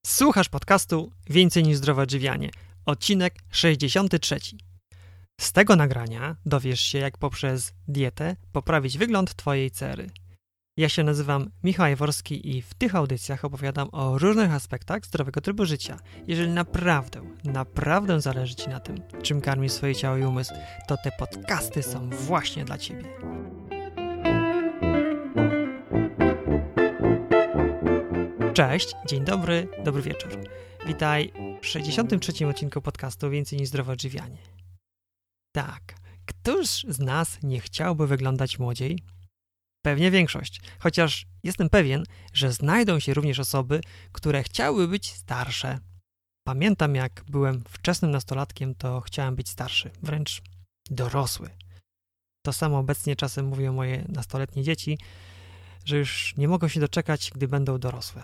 Słuchasz podcastu Więcej niż zdrowe odżywianie, odcinek 63. Z tego nagrania dowiesz się, jak poprzez dietę poprawić wygląd Twojej cery. Ja się nazywam Michał Jaworski i w tych audycjach opowiadam o różnych aspektach zdrowego trybu życia. Jeżeli naprawdę zależy Ci na tym, czym karmisz swoje ciało i umysł, to te podcasty są właśnie dla Ciebie. Cześć, dzień dobry, dobry wieczór. Witaj w 63. odcinku podcastu Więcej niż zdrowe odżywianie. Tak, któż z nas nie chciałby wyglądać młodziej? Pewnie większość, chociaż jestem pewien, że znajdą się również osoby, które chciałyby być starsze. Pamiętam, jak byłem wczesnym nastolatkiem, to chciałem być starszy, wręcz dorosły. To samo obecnie czasem mówią moje nastoletnie dzieci, że już nie mogą się doczekać, gdy będą dorosłe.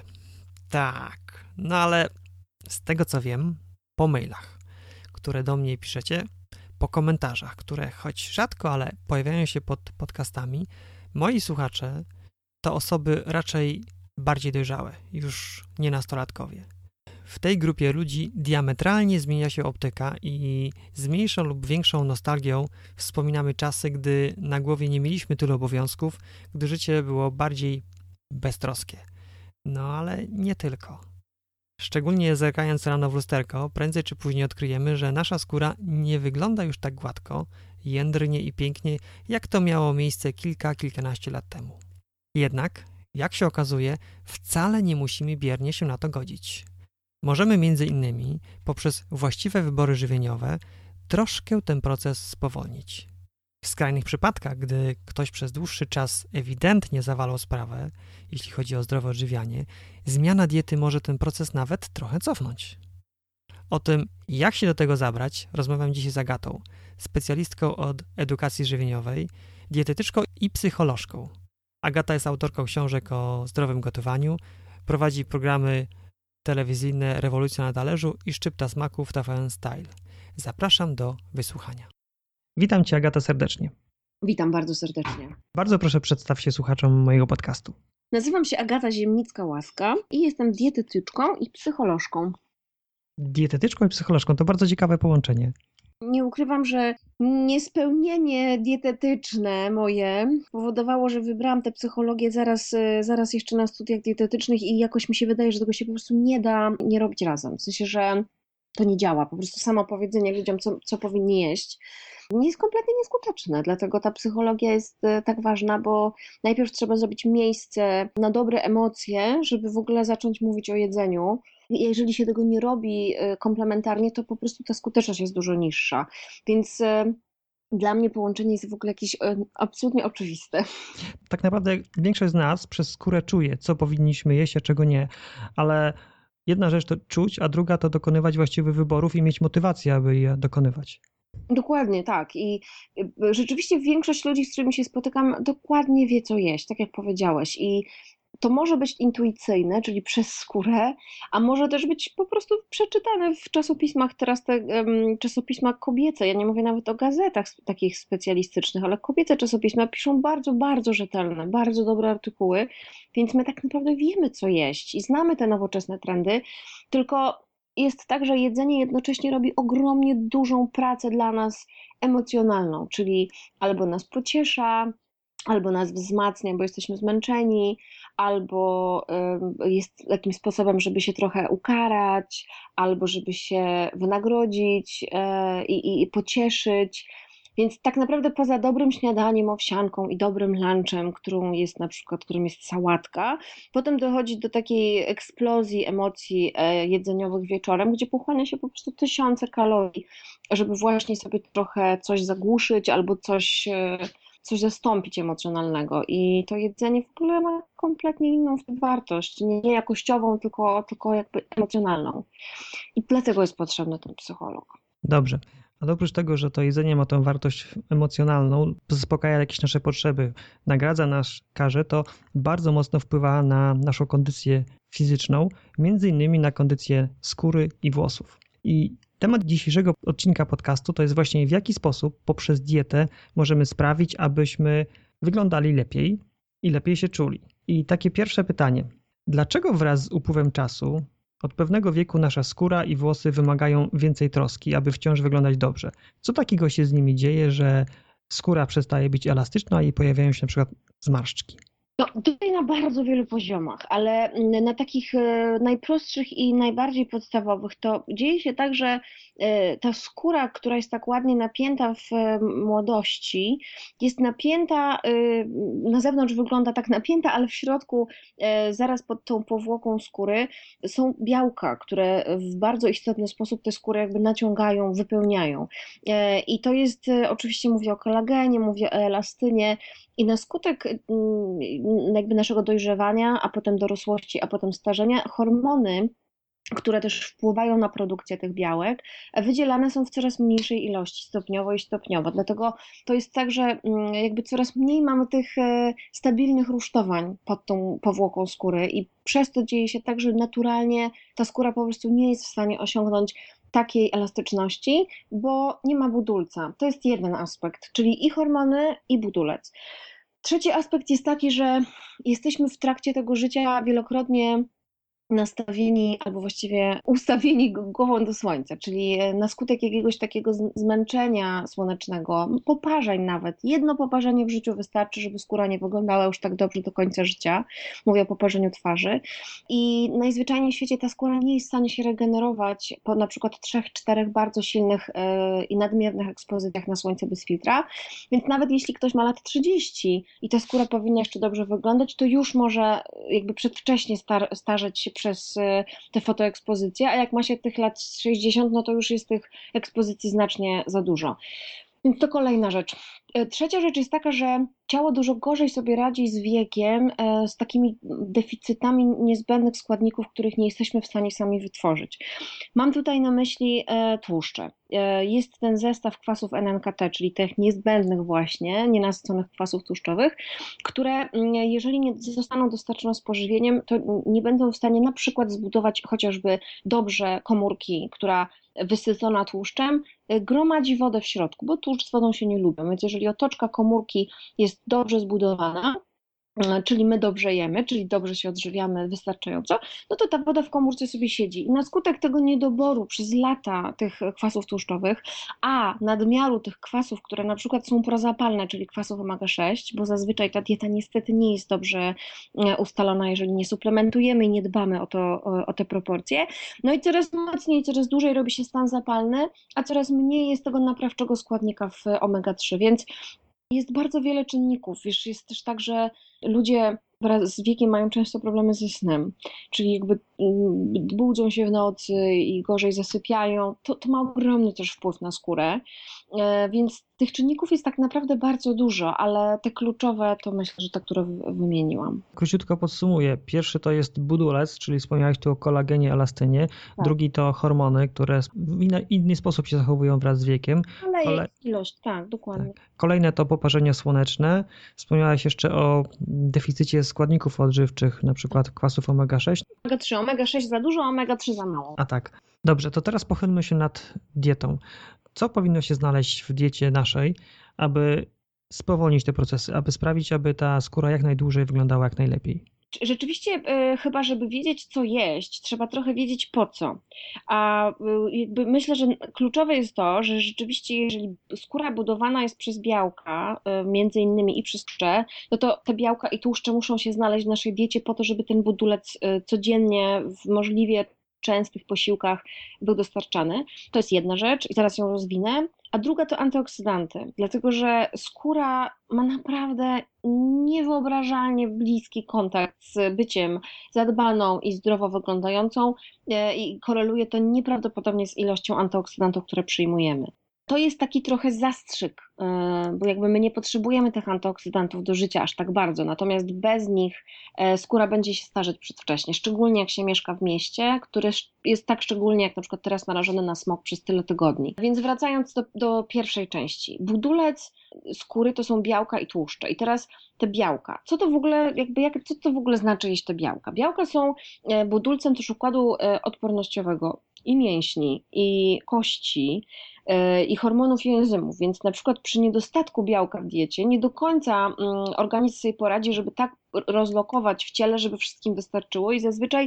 Tak, no ale z tego co wiem, po mailach, które do mnie piszecie, po komentarzach, które choć rzadko, ale pojawiają się pod podcastami, moi słuchacze to osoby raczej bardziej dojrzałe, już nie nastolatkowie. W tej grupie ludzi diametralnie zmienia się optyka i z mniejszą lub większą nostalgią wspominamy czasy, gdy na głowie nie mieliśmy tylu obowiązków, gdy życie było bardziej beztroskie. No ale nie tylko. Szczególnie zerkając rano w lusterko, prędzej czy później odkryjemy, że nasza skóra nie wygląda już tak gładko, jędrnie i pięknie, jak to miało miejsce kilkanaście lat temu. Jednak, jak się okazuje, wcale nie musimy biernie się na to godzić. Możemy między innymi poprzez właściwe wybory żywieniowe troszkę ten proces spowolnić. W skrajnych przypadkach, gdy ktoś przez dłuższy czas ewidentnie zawalał sprawę, jeśli chodzi o zdrowe odżywianie, zmiana diety może ten proces nawet trochę cofnąć. O tym, jak się do tego zabrać, rozmawiam dzisiaj z Agatą, specjalistką od edukacji żywieniowej, dietetyczką i psycholożką. Agata jest autorką książek o zdrowym gotowaniu, prowadzi programy telewizyjne Rewolucja na talerzu i Szczypta smaku w TVN Style. Zapraszam do wysłuchania. Witam Cię, Agata, serdecznie. Witam bardzo serdecznie. Bardzo proszę, przedstaw się słuchaczom mojego podcastu. Nazywam się Agata Ziemnicka-Łaska i jestem dietetyczką i psycholożką. Dietetyczką i psycholożką to bardzo ciekawe połączenie. Nie ukrywam, że niespełnienie dietetyczne moje powodowało, że wybrałam tę psychologię zaraz jeszcze na studiach dietetycznych i jakoś mi się wydaje, że tego się po prostu nie da nie robić razem. W sensie, że to nie działa. Po prostu samo powiedzenie ludziom, co powinni jeść, jest kompletnie nieskuteczne. Dlatego ta psychologia jest tak ważna, bo najpierw trzeba zrobić miejsce na dobre emocje, żeby w ogóle zacząć mówić o jedzeniu. Jeżeli się tego nie robi komplementarnie, to po prostu ta skuteczność jest dużo niższa. Więc dla mnie połączenie jest w ogóle jakieś absolutnie oczywiste. Tak naprawdę większość z nas przez skórę czuje, co powinniśmy jeść, a czego nie, ale jedna rzecz to czuć, a druga to dokonywać właściwych wyborów i mieć motywację, aby je dokonywać. Dokładnie tak. I rzeczywiście większość ludzi, z którymi się spotykam, dokładnie wie, co jeść, tak jak powiedziałeś. I to może być intuicyjne, czyli przez skórę, a może też być po prostu przeczytane w czasopismach, teraz te czasopisma kobiece, ja nie mówię nawet o gazetach takich specjalistycznych, ale kobiece czasopisma piszą bardzo, bardzo rzetelne, bardzo dobre artykuły, więc my tak naprawdę wiemy, co jeść i znamy te nowoczesne trendy, tylko jest tak, że jedzenie jednocześnie robi ogromnie dużą pracę dla nas emocjonalną, czyli albo nas pociesza, albo nas wzmacnia, bo jesteśmy zmęczeni, albo jest jakimś sposobem, żeby się trochę ukarać, albo żeby się wynagrodzić i pocieszyć. Więc tak naprawdę poza dobrym śniadaniem, owsianką i dobrym lunchem, którym jest sałatka, potem dochodzi do takiej eksplozji emocji jedzeniowych wieczorem, gdzie pochłania się po prostu tysiące kalorii, żeby właśnie sobie trochę coś zagłuszyć albo coś zastąpić emocjonalnego. I to jedzenie w ogóle ma kompletnie inną wartość, nie jakościową, tylko jakby emocjonalną. I dlatego jest potrzebny ten psycholog. Dobrze. A oprócz tego, że to jedzenie ma tą wartość emocjonalną, zaspokaja jakieś nasze potrzeby, nagradza nas, karze, to bardzo mocno wpływa na naszą kondycję fizyczną, między innymi na kondycję skóry i włosów. I temat dzisiejszego odcinka podcastu to jest właśnie w jaki sposób poprzez dietę możemy sprawić, abyśmy wyglądali lepiej i lepiej się czuli. I takie pierwsze pytanie. Dlaczego wraz z upływem czasu Od pewnego wieku nasza skóra i włosy wymagają więcej troski, aby wciąż wyglądać dobrze. Co takiego się z nimi dzieje, że skóra przestaje być elastyczna i pojawiają się na przykład zmarszczki? No, tutaj na bardzo wielu poziomach, ale na takich najprostszych i najbardziej podstawowych to dzieje się tak, że ta skóra, która jest tak ładnie napięta w młodości, jest napięta, na zewnątrz wygląda tak napięta, ale w środku, zaraz pod tą powłoką skóry, są białka, które w bardzo istotny sposób tę skórę jakby naciągają, wypełniają. I to jest, oczywiście mówię o kolagenie, mówię o elastynie, i na skutek jakby naszego dojrzewania, a potem dorosłości, a potem starzenia, hormony, które też wpływają na produkcję tych białek, wydzielane są w coraz mniejszej ilości, stopniowo i stopniowo. Dlatego to jest tak, że jakby coraz mniej mamy tych stabilnych rusztowań pod tą powłoką skóry i przez to dzieje się tak, że naturalnie ta skóra po prostu nie jest w stanie osiągnąć takiej elastyczności, bo nie ma budulca. To jest jeden aspekt, czyli i hormony, i budulec. Trzeci aspekt jest taki, że jesteśmy w trakcie tego życia wielokrotnie nastawieni, albo właściwie ustawieni głową do słońca, czyli na skutek jakiegoś takiego zmęczenia słonecznego, poparzeń nawet. Jedno poparzenie w życiu wystarczy, żeby skóra nie wyglądała już tak dobrze do końca życia. Mówię o poparzeniu twarzy. I najzwyczajniej w świecie ta skóra nie jest w stanie się regenerować po na przykład 3-4 bardzo silnych i nadmiernych ekspozycjach na słońce bez filtra. Więc nawet jeśli ktoś ma lat 30 i ta skóra powinna jeszcze dobrze wyglądać, to już może jakby przedwcześnie starzeć się przez te fotoekspozycje, a jak ma się tych lat 60, no to już jest tych ekspozycji znacznie za dużo. Więc to kolejna rzecz. Trzecia rzecz jest taka, że ciało dużo gorzej sobie radzi z wiekiem, z takimi deficytami niezbędnych składników, których nie jesteśmy w stanie sami wytworzyć. Mam tutaj na myśli tłuszcze. Jest ten zestaw kwasów NNKT, czyli tych niezbędnych właśnie, nienasyconych kwasów tłuszczowych, które jeżeli nie zostaną dostarczone z pożywieniem, to nie będą w stanie na przykład zbudować chociażby dobrze komórki, która wysycona tłuszczem gromadzi wodę w środku, bo tłuszcz z wodą się nie lubią, więc jeżeli otoczka komórki jest dobrze zbudowana, czyli my dobrze jemy, czyli dobrze się odżywiamy wystarczająco, no to ta woda w komórce sobie siedzi. I na skutek tego niedoboru przez lata tych kwasów tłuszczowych, a nadmiaru tych kwasów, które na przykład są prozapalne, czyli kwasów omega-6, bo zazwyczaj ta dieta niestety nie jest dobrze ustalona, jeżeli nie suplementujemy i nie dbamy o te proporcje. No i coraz mocniej, coraz dłużej robi się stan zapalny, a coraz mniej jest tego naprawczego składnika w omega-3, więc jest bardzo wiele czynników. Wiesz, jest też tak, że ludzie wraz z wiekiem mają często problemy ze snem, czyli jakby budzą się w nocy i gorzej zasypiają. To ma ogromny też wpływ na skórę, więc tych czynników jest tak naprawdę bardzo dużo, ale te kluczowe to myślę, że te, które wymieniłam. Króciutko podsumuję. Pierwszy to jest budulec, czyli wspomniałeś tu o kolagenie, elastynie. Tak. Drugi to hormony, które w inny sposób się zachowują wraz z wiekiem. Ale ilość, tak, dokładnie. Tak. Kolejne to poparzenie słoneczne. Wspomniałaś jeszcze o deficycie składników odżywczych, na przykład kwasów omega-6. Omega-6 za dużo, omega-3 za mało. A tak. Dobrze, to teraz pochylmy się nad dietą. Co powinno się znaleźć w diecie naszej, aby spowolnić te procesy, aby sprawić, aby ta skóra jak najdłużej wyglądała jak najlepiej? Rzeczywiście, chyba żeby wiedzieć, co jeść, trzeba trochę wiedzieć po co. A jakby myślę, że kluczowe jest to, że rzeczywiście, jeżeli skóra budowana jest przez białka, między innymi i przez tłuszcze, no to te białka i tłuszcze muszą się znaleźć w naszej diecie po to, żeby ten budulec codziennie w możliwie częstych posiłkach był dostarczany. To jest jedna rzecz i zaraz ją rozwinę. A druga to antyoksydanty, dlatego że skóra ma naprawdę niewyobrażalnie bliski kontakt z byciem zadbaną i zdrowo wyglądającą i koreluje to nieprawdopodobnie z ilością antyoksydantów, które przyjmujemy. To jest taki trochę zastrzyk, bo jakby my nie potrzebujemy tych antyoksydantów do życia aż tak bardzo, natomiast bez nich skóra będzie się starzeć przedwcześnie, szczególnie jak się mieszka w mieście, które jest tak szczególnie jak na przykład teraz narażone na smog przez tyle tygodni. Więc wracając do pierwszej części, budulec skóry to są białka i tłuszcze. I teraz te białka, co to w ogóle, co to w ogóle znaczy jeść te białka? Białka są budulcem też układu odpornościowego. i mięśni, i kości, i hormonów i enzymów, więc na przykład przy niedostatku białka w diecie nie do końca organizm sobie poradzi, żeby tak rozlokować w ciele, żeby wszystkim wystarczyło i zazwyczaj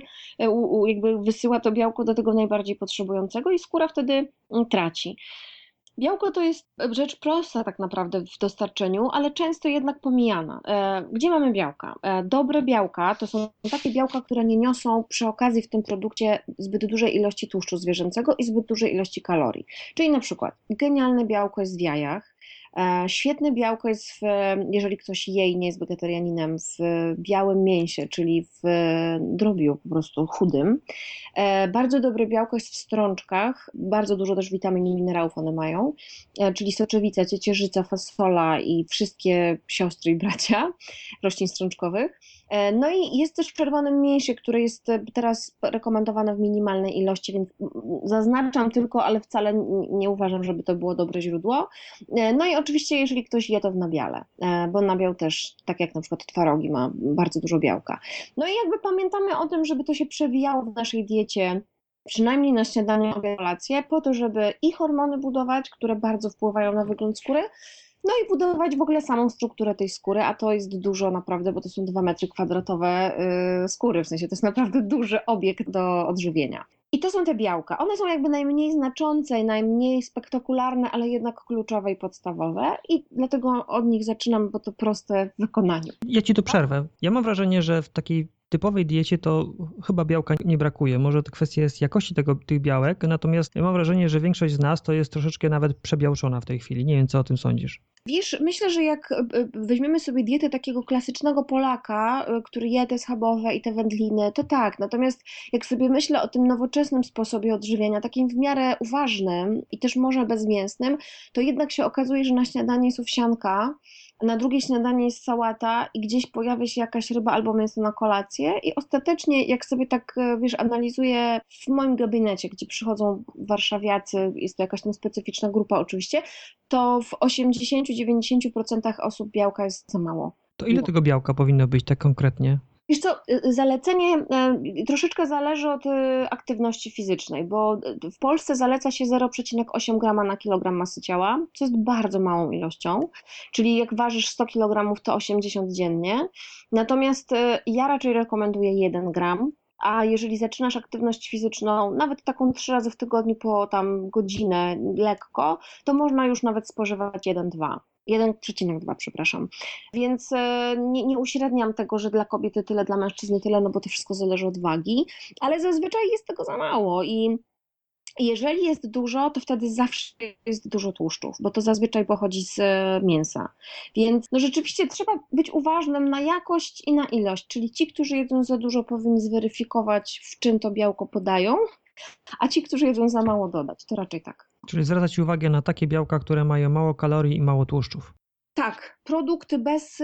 jakby wysyła to białko do tego najbardziej potrzebującego i skóra wtedy traci. Białko to jest rzecz prosta tak naprawdę w dostarczeniu, ale często jednak pomijana. Gdzie mamy białka? Dobre białka to są takie białka, które nie niosą przy okazji w tym produkcie zbyt dużej ilości tłuszczu zwierzęcego i zbyt dużej ilości kalorii. Czyli na przykład genialne białko jest w jajach, świetne białko jest, jeżeli ktoś je i nie jest wegetarianinem, w białym mięsie, czyli w drobiu po prostu chudym. Bardzo dobre białko jest w strączkach, bardzo dużo też witamin i minerałów one mają, czyli soczewica, ciecierzyca, fasola i wszystkie siostry i bracia roślin strączkowych. No i jest też w czerwonym mięsie, które jest teraz rekomendowane w minimalnej ilości, więc zaznaczam tylko, ale wcale nie uważam, żeby to było dobre źródło. No i oczywiście, jeżeli ktoś je to w nabiale, bo nabiał też, tak jak na przykład twarogi, ma bardzo dużo białka. No i jakby pamiętamy o tym, żeby to się przewijało w naszej diecie, przynajmniej na śniadanie, obiad, kolację, po to, żeby i hormony budować, które bardzo wpływają na wygląd skóry, no i budować w ogóle samą strukturę tej skóry, a to jest dużo naprawdę, bo to są 2 metry kwadratowe skóry, w sensie to jest naprawdę duży obiekt do odżywienia. I to są te białka. One są jakby najmniej znaczące i najmniej spektakularne, ale jednak kluczowe i podstawowe i dlatego od nich zaczynam, bo to proste w wykonaniu. Ja ci tu przerwę. Ja mam wrażenie, że w takiej typowej diecie to chyba białka nie brakuje. Może to kwestia jest jakości tych białek, natomiast ja mam wrażenie, że większość z nas to jest troszeczkę nawet przebiałczona w tej chwili. Nie wiem, co o tym sądzisz. Wiesz, myślę, że jak weźmiemy sobie dietę takiego klasycznego Polaka, który je te schabowe i te wędliny, to tak. Natomiast jak sobie myślę o tym nowoczesnym sposobie odżywiania, takim w miarę uważnym i też może bezmięsnym, to jednak się okazuje, że na śniadanie jest owsianka, na drugie śniadanie jest sałata i gdzieś pojawia się jakaś ryba albo mięso na kolację i ostatecznie jak sobie tak, wiesz, analizuję w moim gabinecie, gdzie przychodzą warszawiacy, jest to jakaś tam specyficzna grupa oczywiście, to w 80-90% osób białka jest za mało. To ile tego białka powinno być tak konkretnie? Wiesz co, zalecenie troszeczkę zależy od aktywności fizycznej, bo w Polsce zaleca się 0,8 grama na kilogram masy ciała, co jest bardzo małą ilością, czyli jak ważysz 100 kg, to 80 dziennie. Natomiast ja raczej rekomenduję 1 gram, a jeżeli zaczynasz aktywność fizyczną, nawet taką 3 razy w tygodniu po tam godzinę lekko, to można już nawet spożywać 1,2. 1,2, przepraszam. Więc nie uśredniam tego, że dla kobiety tyle, dla mężczyzny tyle, no bo to wszystko zależy od wagi, ale zazwyczaj jest tego za mało i jeżeli jest dużo, to wtedy zawsze jest dużo tłuszczów, bo to zazwyczaj pochodzi z mięsa. Więc no rzeczywiście trzeba być uważnym na jakość i na ilość, czyli ci, którzy jedzą za dużo, powinni zweryfikować, w czym to białko podają, a ci, którzy jedzą za mało, dodać. To raczej tak. Czyli zwracać uwagę na takie białka, które mają mało kalorii i mało tłuszczów. Tak, produkty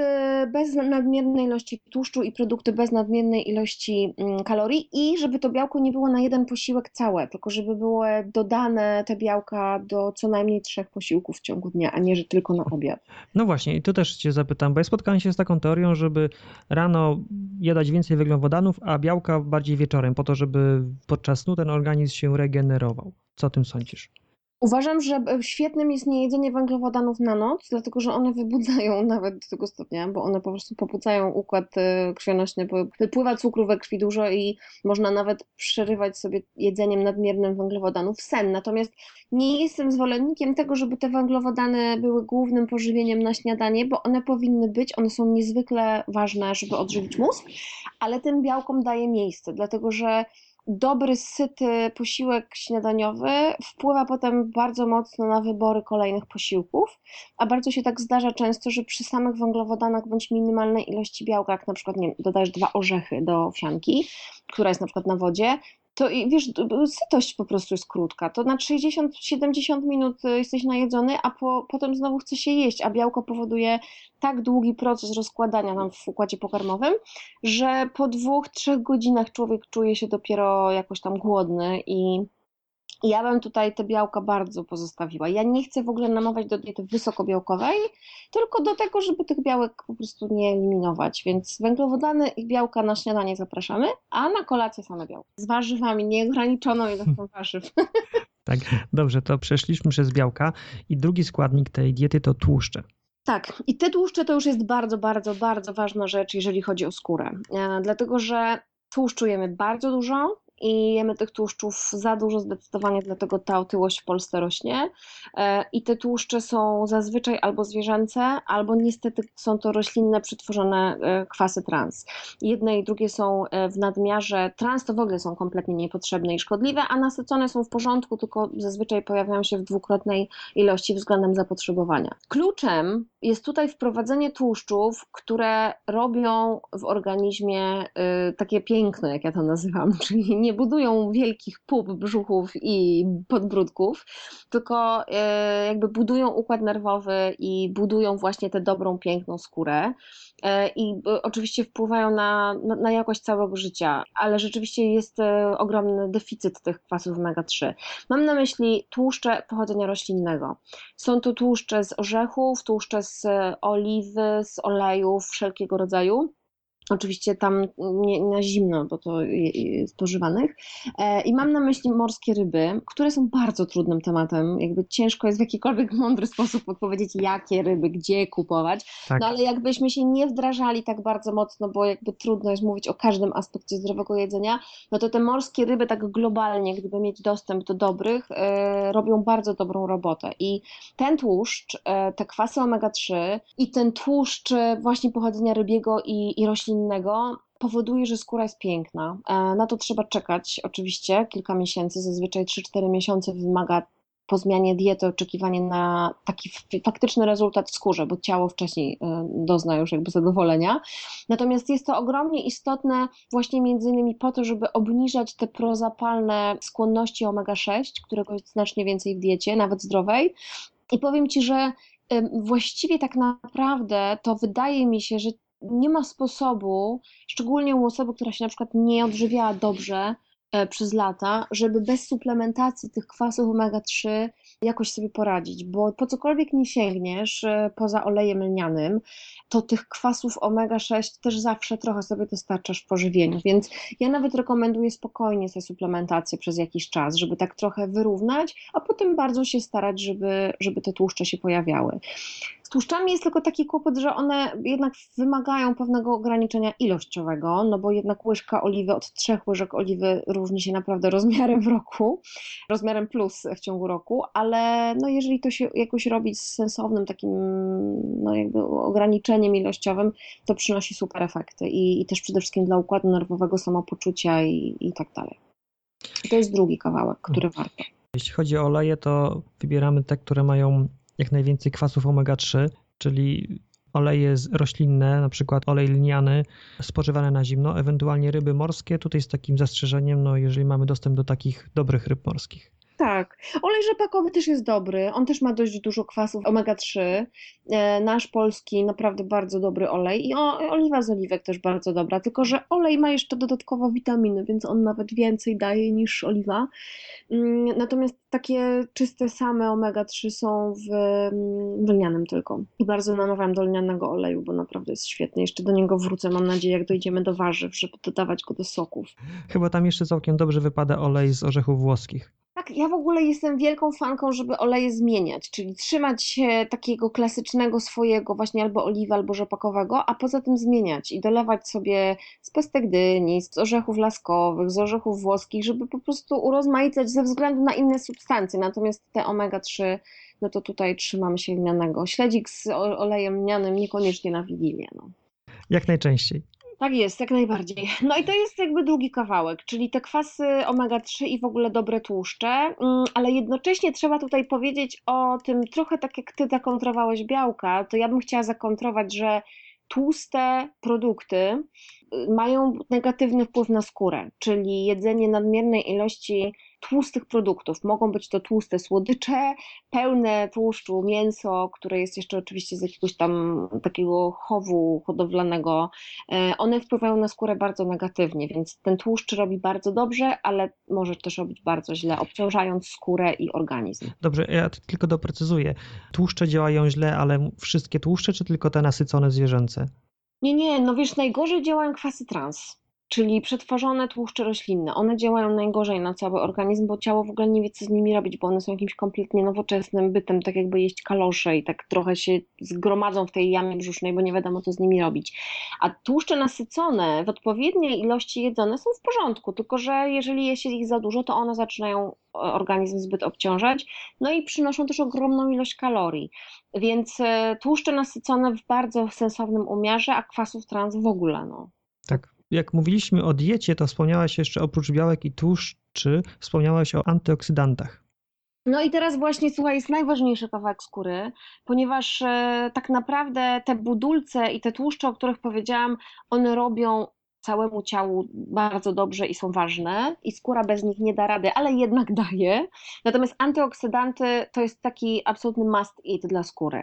bez nadmiernej ilości tłuszczu i produkty bez nadmiernej ilości kalorii i żeby to białko nie było na jeden posiłek całe, tylko żeby były dodane te białka do co najmniej 3 posiłków w ciągu dnia, a nie, że tylko na obiad. No właśnie, i tu też cię zapytam, bo ja spotkałem się z taką teorią, żeby rano jadać więcej węglowodanów, a białka bardziej wieczorem, po to, żeby podczas snu ten organizm się regenerował. Co o tym sądzisz? Uważam, że świetnym jest niejedzenie węglowodanów na noc, dlatego że one wybudzają nawet do tego stopnia, bo one po prostu pobudzają układ krwionośny, bo wypływa cukru we krwi dużo i można nawet przerywać sobie jedzeniem nadmiernym węglowodanów sen. Natomiast nie jestem zwolennikiem tego, żeby te węglowodany były głównym pożywieniem na śniadanie, bo one powinny być, one są niezwykle ważne, żeby odżywić mózg, ale tym białkom daje miejsce, dlatego że dobry, syty posiłek śniadaniowy wpływa potem bardzo mocno na wybory kolejnych posiłków, a bardzo się tak zdarza często, że przy samych węglowodanach bądź minimalnej ilości białka, jak na przykład nie wiem, dodajesz 2 orzechy do owsianki, która jest na przykład na wodzie, to wiesz, sytość po prostu jest krótka. To na 60-70 minut jesteś najedzony, a potem znowu chce się jeść, a białko powoduje tak długi proces rozkładania nam w układzie pokarmowym, że po 2-3 godzinach człowiek czuje się dopiero jakoś tam głodny i I ja bym tutaj te białka bardzo pozostawiła. Ja nie chcę w ogóle namawiać do diety wysokobiałkowej, tylko do tego, żeby tych białek po prostu nie eliminować. Więc węglowodany i białka na śniadanie zapraszamy, a na kolację same białka. Z warzywami, nieograniczoną ilością warzyw. Tak, dobrze, to przeszliśmy przez białka i drugi składnik tej diety to tłuszcze. Tak, i te tłuszcze to już jest bardzo, bardzo, bardzo ważna rzecz, jeżeli chodzi o skórę. Dlatego, że tłuszczu jemy bardzo dużo i jemy tych tłuszczów za dużo zdecydowanie, dlatego ta otyłość w Polsce rośnie. I te tłuszcze są zazwyczaj albo zwierzęce, albo niestety są to roślinne, przetworzone kwasy trans. Jedne i drugie są w nadmiarze. Trans to w ogóle są kompletnie niepotrzebne i szkodliwe, a nasycone są w porządku, tylko zazwyczaj pojawiają się w dwukrotnej ilości względem zapotrzebowania. Kluczem jest tutaj wprowadzenie tłuszczów, które robią w organizmie takie piękno, jak ja to nazywam, czyli nie budują wielkich pup, brzuchów i podbródków, tylko jakby budują układ nerwowy i budują właśnie tę dobrą, piękną skórę. I oczywiście wpływają na jakość całego życia, ale rzeczywiście jest ogromny deficyt tych kwasów omega-3. Mam na myśli tłuszcze pochodzenia roślinnego. Są to tłuszcze z orzechów, tłuszcze z oliwy, z olejów wszelkiego rodzaju. Oczywiście tam nie na zimno, bo to spożywanych. I mam na myśli morskie ryby, które są bardzo trudnym tematem. Jakby ciężko jest w jakikolwiek mądry sposób odpowiedzieć, jakie ryby, gdzie kupować. Tak. No ale jakbyśmy się nie wdrażali tak bardzo mocno, bo jakby trudno jest mówić o każdym aspekcie zdrowego jedzenia, no to te morskie ryby tak globalnie, gdyby mieć dostęp do dobrych, robią bardzo dobrą robotę. I ten tłuszcz, te kwasy omega-3 i ten tłuszcz właśnie pochodzenia rybiego i roślinnego powoduje, że skóra jest piękna. Na to trzeba czekać oczywiście kilka miesięcy, zazwyczaj 3-4 miesiące wymaga po zmianie diety oczekiwanie na taki faktyczny rezultat w skórze, bo ciało wcześniej dozna już jakby zadowolenia. Natomiast jest to ogromnie istotne właśnie między innymi po to, żeby obniżać te prozapalne skłonności omega-6, którego jest znacznie więcej w diecie, nawet zdrowej. I powiem Ci, że właściwie tak naprawdę to wydaje mi się, że nie ma sposobu, szczególnie u osoby, która się na przykład nie odżywiała dobrze przez lata, żeby bez suplementacji tych kwasów omega-3 jakoś sobie poradzić, bo po cokolwiek nie sięgniesz poza olejem lnianym, to tych kwasów omega-6 też zawsze trochę sobie dostarczasz w pożywieniu, więc ja nawet rekomenduję spokojnie sobie suplementację przez jakiś czas, żeby tak trochę wyrównać, a potem bardzo się starać, żeby te tłuszcze się pojawiały. Z tłuszczami jest tylko taki kłopot, że one jednak wymagają pewnego ograniczenia ilościowego, no bo jednak łyżka oliwy od 3 łyżek oliwy różni się naprawdę rozmiarem w roku, rozmiarem plus w ciągu roku, ale no jeżeli to się jakoś robi z sensownym takim no jakby ograniczeniem ilościowym, to przynosi super efekty i też przede wszystkim dla układu nerwowego, samopoczucia i tak dalej. I to jest drugi kawałek, który warto. Jeśli chodzi o oleje, to wybieramy te, które mają jak najwięcej kwasów omega-3, czyli oleje roślinne, na przykład olej lniany, spożywane na zimno, ewentualnie ryby morskie, tutaj z takim zastrzeżeniem, no jeżeli mamy dostęp do takich dobrych ryb morskich. Tak, olej rzepakowy też jest dobry, on też ma dość dużo kwasów omega-3, nasz polski naprawdę bardzo dobry olej i oliwa z oliwek też bardzo dobra, tylko że olej ma jeszcze dodatkowo witaminy, więc on nawet więcej daje niż oliwa. Natomiast takie czyste same omega-3 są w lnianym tylko. I bardzo namawiam do lnianego oleju, bo naprawdę jest świetny. Jeszcze do niego wrócę, mam nadzieję, jak dojdziemy do warzyw, żeby dodawać go do soków. Chyba tam jeszcze całkiem dobrze wypada olej z orzechów włoskich. Tak, ja w ogóle jestem wielką fanką, żeby oleje zmieniać, czyli trzymać się takiego klasycznego swojego właśnie albo oliwy, albo rzepakowego, a poza tym zmieniać i dolewać sobie z pestek dyni, z orzechów laskowych, z orzechów włoskich, żeby po prostu urozmaicać ze względu na inne substancje. Natomiast te omega-3, no to tutaj trzymamy się lnianego. Śledzik z olejem lnianym niekoniecznie na Wigilię. No. Jak najczęściej. Tak jest, jak najbardziej. No i to jest jakby drugi kawałek, czyli te kwasy omega-3 i w ogóle dobre tłuszcze, ale jednocześnie trzeba tutaj powiedzieć o tym trochę tak jak ty zakontrowałeś białka, to ja bym chciała zakontrować, że tłuste produkty mają negatywny wpływ na skórę, czyli jedzenie nadmiernej ilości tłustych produktów. Mogą być to tłuste słodycze, pełne tłuszczu mięso, które jest jeszcze oczywiście z jakiegoś tam takiego chowu hodowlanego. One wpływają na skórę bardzo negatywnie, więc ten tłuszcz robi bardzo dobrze, ale może też robić bardzo źle, obciążając skórę i organizm. Dobrze, ja tylko doprecyzuję. Tłuszcze działają źle, ale wszystkie tłuszcze, czy tylko te nasycone zwierzęce? Nie, no wiesz, najgorzej działają kwasy trans, czyli przetworzone tłuszcze roślinne. One działają najgorzej na cały organizm, bo ciało w ogóle nie wie, co z nimi robić, bo one są jakimś kompletnie nowoczesnym bytem, tak jakby jeść kalosze i tak trochę się zgromadzą w tej jamie brzusznej, bo nie wiadomo, co z nimi robić. A tłuszcze nasycone w odpowiedniej ilości jedzone są w porządku, tylko że jeżeli je się ich za dużo, to one zaczynają organizm zbyt obciążać, no i przynoszą też ogromną ilość kalorii. Więc tłuszcze nasycone w bardzo sensownym umiarze, a kwasów trans w ogóle, no. Tak. Jak mówiliśmy o diecie, to wspomniałaś jeszcze oprócz białek i tłuszczy, wspomniałaś o antyoksydantach. No i teraz właśnie, słuchaj, jest najważniejszy kawałek skóry, ponieważ tak naprawdę te budulce i te tłuszcze, o których powiedziałam, one robią całemu ciału bardzo dobrze i są ważne i skóra bez nich nie da rady, ale jednak daje. Natomiast antyoksydanty to jest taki absolutny must eat dla skóry.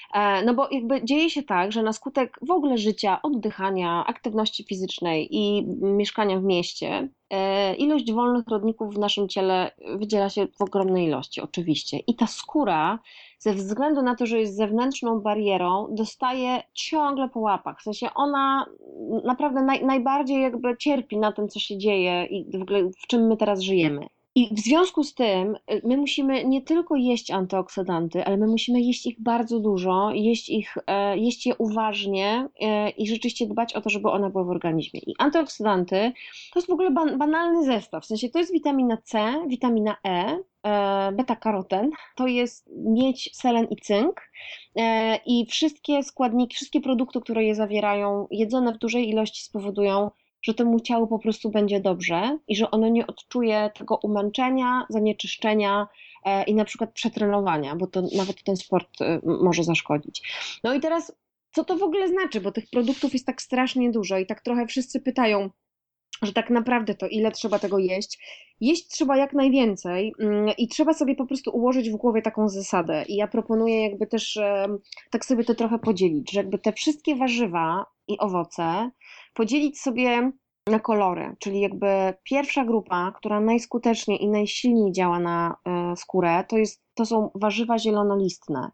No bo jakby dzieje się tak, że na skutek w ogóle życia, oddychania, aktywności fizycznej i mieszkania w mieście, ilość wolnych rodników w naszym ciele wydziela się w ogromnej ilości, oczywiście. I ta skóra, ze względu na to, że jest zewnętrzną barierą, dostaje ciągle po łapach. W sensie ona naprawdę najbardziej jakby cierpi na tym, co się dzieje i w ogóle w czym my teraz żyjemy. I w związku z tym my musimy nie tylko jeść antyoksydanty, ale my musimy jeść ich bardzo dużo, jeść je uważnie i rzeczywiście dbać o to, żeby one były w organizmie. I antyoksydanty to jest w ogóle banalny zestaw, w sensie to jest witamina C, witamina E, beta-karoten, to jest miedź, selen i cynk i wszystkie składniki, wszystkie produkty, które je zawierają, jedzone w dużej ilości spowodują, że temu ciału po prostu będzie dobrze i że ono nie odczuje tego umęczenia, zanieczyszczenia i na przykład przetrenowania, bo to nawet ten sport może zaszkodzić. No i teraz, co to w ogóle znaczy, bo tych produktów jest tak strasznie dużo i tak trochę wszyscy pytają, że tak naprawdę to ile trzeba tego jeść. Jeść trzeba jak najwięcej i trzeba sobie po prostu ułożyć w głowie taką zasadę. I ja proponuję jakby też tak sobie to trochę podzielić, że jakby te wszystkie warzywa i owoce podzielić sobie na kolory, czyli jakby pierwsza grupa, która najskuteczniej i najsilniej działa na skórę, to są warzywa zielonolistne.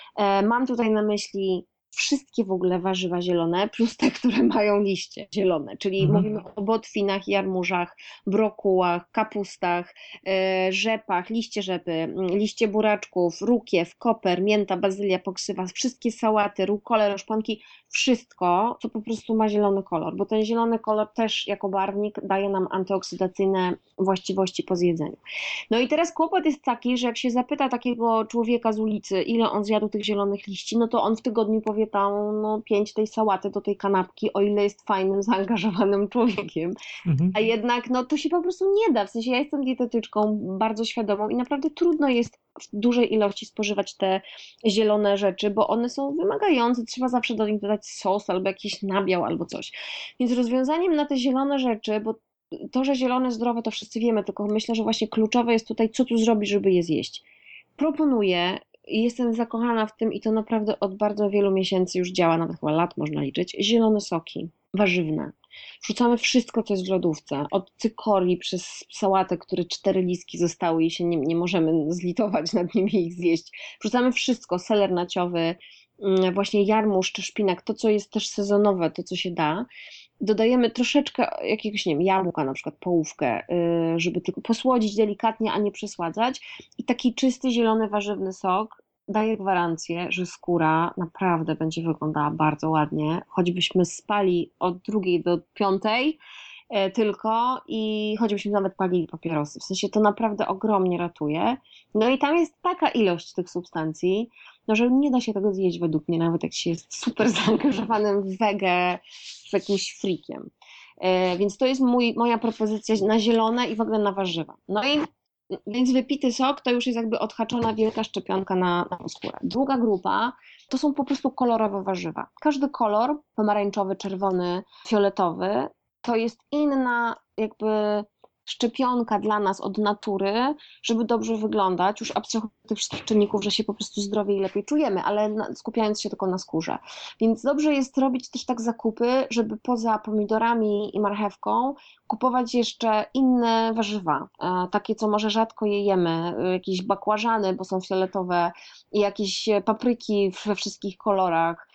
Mam tutaj na myśli wszystkie w ogóle warzywa zielone, plus te, które mają liście zielone, czyli mówimy o botwinach, jarmużach, brokułach, kapustach, rzepach, liście rzepy, liście buraczków, rukiew, koper, mięta, bazylia, poksywa, wszystkie sałaty, rukole, roszponki, wszystko, co po prostu ma zielony kolor, bo ten zielony kolor też jako barwnik daje nam antyoksydacyjne właściwości po zjedzeniu. No i teraz kłopot jest taki, że jak się zapyta takiego człowieka z ulicy, ile on zjadł tych zielonych liści, no to on w tygodniu powie tam 5 tej sałaty do tej kanapki, o ile jest fajnym, zaangażowanym człowiekiem. A jednak no to się po prostu nie da. W sensie ja jestem dietetyczką bardzo świadomą i naprawdę trudno jest w dużej ilości spożywać te zielone rzeczy, bo one są wymagające, trzeba zawsze do nich dodać sos albo jakiś nabiał albo coś. Więc rozwiązaniem na te zielone rzeczy, bo to, że zielone zdrowe to wszyscy wiemy, tylko myślę, że właśnie kluczowe jest tutaj, co tu zrobić, żeby je zjeść. Proponuję i jestem zakochana w tym i to naprawdę od bardzo wielu miesięcy już działa, nawet chyba lat można liczyć, zielone soki warzywne. Wrzucamy wszystko, co jest w lodówce, od cykorii przez sałatę, które 4 listki zostały i się nie możemy zlitować nad nimi i ich zjeść. Wrzucamy wszystko, seler naciowy, właśnie jarmuż czy szpinak, to co jest też sezonowe, to co się da. Dodajemy troszeczkę jakiegoś, nie wiem, jabłka, na przykład połówkę, żeby tylko posłodzić delikatnie, a nie przesładzać. I taki czysty, zielony, warzywny sok daje gwarancję, że skóra naprawdę będzie wyglądała bardzo ładnie, choćbyśmy spali od 2 do 5 tylko i choćbyśmy nawet palili papierosy. W sensie to naprawdę ogromnie ratuje. No i tam jest taka ilość tych substancji, no że nie da się tego zjeść według mnie, nawet jak się jest super zaangażowanym w wege, w jakimś freakiem. Więc to jest moja propozycja na zielone i w ogóle na warzywa. No i więc wypity sok to już jest jakby odhaczona wielka szczepionka na skórę. Druga grupa to są po prostu kolorowe warzywa. Każdy kolor, pomarańczowy, czerwony, fioletowy, to jest inna jakby szczepionka dla nas od natury, żeby dobrze wyglądać, już abstrahując od tych wszystkich czynników, że się po prostu zdrowiej i lepiej czujemy, ale skupiając się tylko na skórze. Więc dobrze jest robić też tak zakupy, żeby poza pomidorami i marchewką kupować jeszcze inne warzywa, takie co może rzadko je jemy, jakieś bakłażany, bo są fioletowe i jakieś papryki we wszystkich kolorach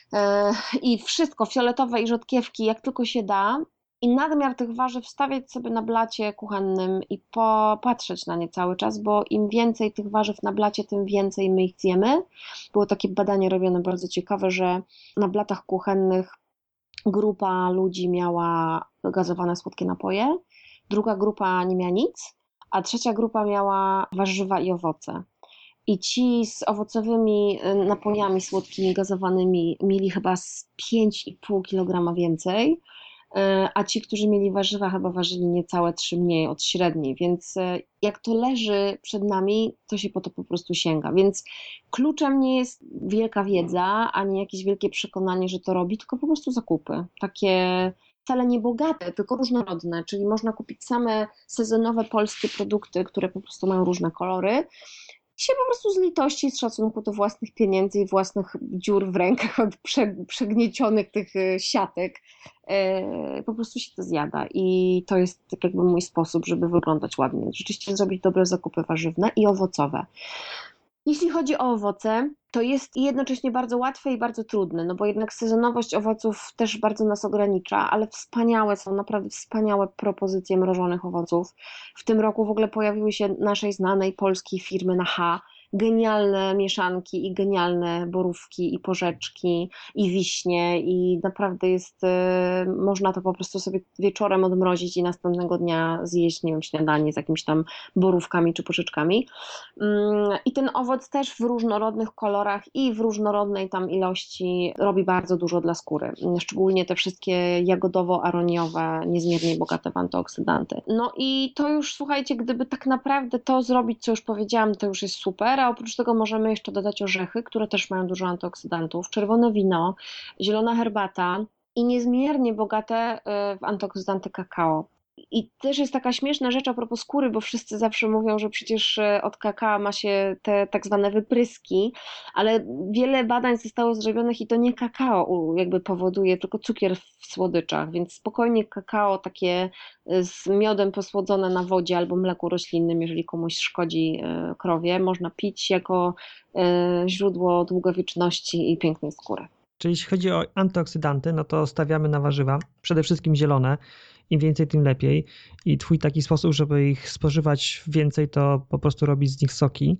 i wszystko, fioletowe i rzodkiewki, jak tylko się da. I nadmiar tych warzyw stawiać sobie na blacie kuchennym i popatrzeć na nie cały czas, bo im więcej tych warzyw na blacie, tym więcej my ich zjemy. Było takie badanie robione bardzo ciekawe, że na blatach kuchennych grupa ludzi miała gazowane słodkie napoje, druga grupa nie miała nic, a trzecia grupa miała warzywa i owoce. I ci z owocowymi napojami słodkimi, gazowanymi mieli chyba z 5,5 kg więcej, a ci, którzy mieli warzywa, chyba ważyli niecałe 3 mniej od średniej, więc jak to leży przed nami, to się po to po prostu sięga. Więc kluczem nie jest wielka wiedza, ani jakieś wielkie przekonanie, że to robi, tylko po prostu zakupy. Takie wcale nie bogate, tylko różnorodne, czyli można kupić same sezonowe polskie produkty, które po prostu mają różne kolory, się po prostu z litości i z szacunku do własnych pieniędzy i własnych dziur w rękach od przegniecionych tych siatek, po prostu się to zjada i to jest tak jakby mój sposób, żeby wyglądać ładnie. Rzeczywiście zrobić dobre zakupy warzywne i owocowe. Jeśli chodzi o owoce, to jest jednocześnie bardzo łatwe i bardzo trudne, no bo jednak sezonowość owoców też bardzo nas ogranicza, ale wspaniałe są, naprawdę wspaniałe propozycje mrożonych owoców. W tym roku w ogóle pojawiły się naszej znanej polskiej firmy na H, genialne mieszanki i genialne borówki i porzeczki i wiśnie i naprawdę jest, można to po prostu sobie wieczorem odmrozić i następnego dnia zjeść, nie wiem, śniadanie z jakimiś tam borówkami czy porzeczkami. I ten owoc też w różnorodnych kolorach i w różnorodnej tam ilości robi bardzo dużo dla skóry. Szczególnie te wszystkie jagodowo-aroniowe, niezmiernie bogate w antyoksydanty. No i to już, słuchajcie, gdyby tak naprawdę to zrobić, co już powiedziałam, to już jest super, a oprócz tego możemy jeszcze dodać orzechy, które też mają dużo antyoksydantów, czerwone wino, zielona herbata i niezmiernie bogate w antyoksydanty kakao. I też jest taka śmieszna rzecz a propos skóry, bo wszyscy zawsze mówią, że przecież od kakao ma się te tak zwane wypryski, ale wiele badań zostało zrobionych i to nie kakao jakby powoduje, tylko cukier w słodyczach, więc spokojnie kakao takie z miodem posłodzone na wodzie albo mleku roślinnym, jeżeli komuś szkodzi krowie, można pić jako źródło długowieczności i pięknej skóry. Czyli jeśli chodzi o antyoksydanty, no to stawiamy na warzywa, przede wszystkim zielone. Im więcej, tym lepiej. I twój taki sposób, żeby ich spożywać więcej, to po prostu robić z nich soki.